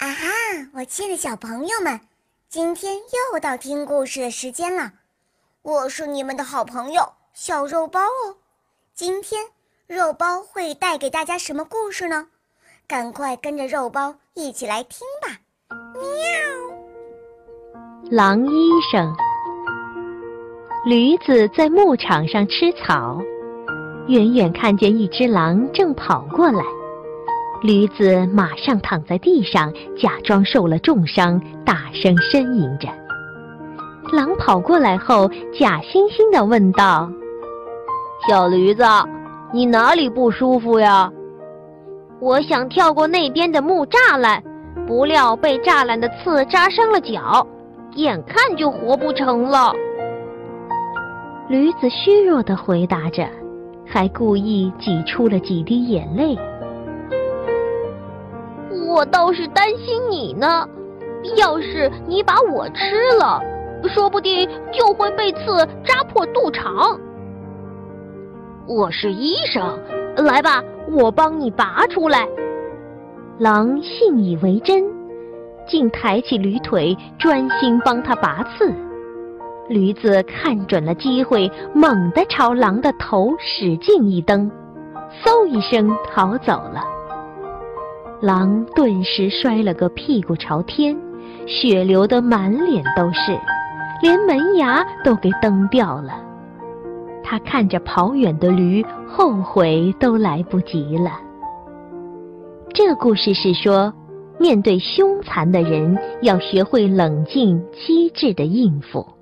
啊哈，我亲爱的小朋友们，今天又到听故事的时间了。我是你们的好朋友小肉包哦。今天肉包会带给大家什么故事呢？赶快跟着肉包一起来听吧。喵！ 狼医生。驴子在牧场上吃草，远远看见一只狼正跑过来，驴子马上躺在地上，假装受了重伤，大声呻吟着。狼跑过来后，假惺惺地问道： 小驴子，你哪里不舒服呀？ 我想跳过那边的木栅栏，不料被栅栏的刺扎伤了脚，眼看就活不成了。 驴子虚弱地回答着，还故意挤出了几滴眼泪。 我倒是担心你呢，要是你把我吃了，说不定就会被刺扎破肚肠。我是医生，来吧，我帮你拔出来。 狼信以为真，竟抬起驴腿，专心帮他拔刺。驴子看准了机会，猛地朝狼的头使劲一蹬，嗖一声逃走了。狼顿时摔了个屁股朝天，血流得满脸都是，连门牙都给蹬掉了。他看着跑远的驴，后悔都来不及了。这故事是说，面对凶残的人，要学会冷静机智地应付。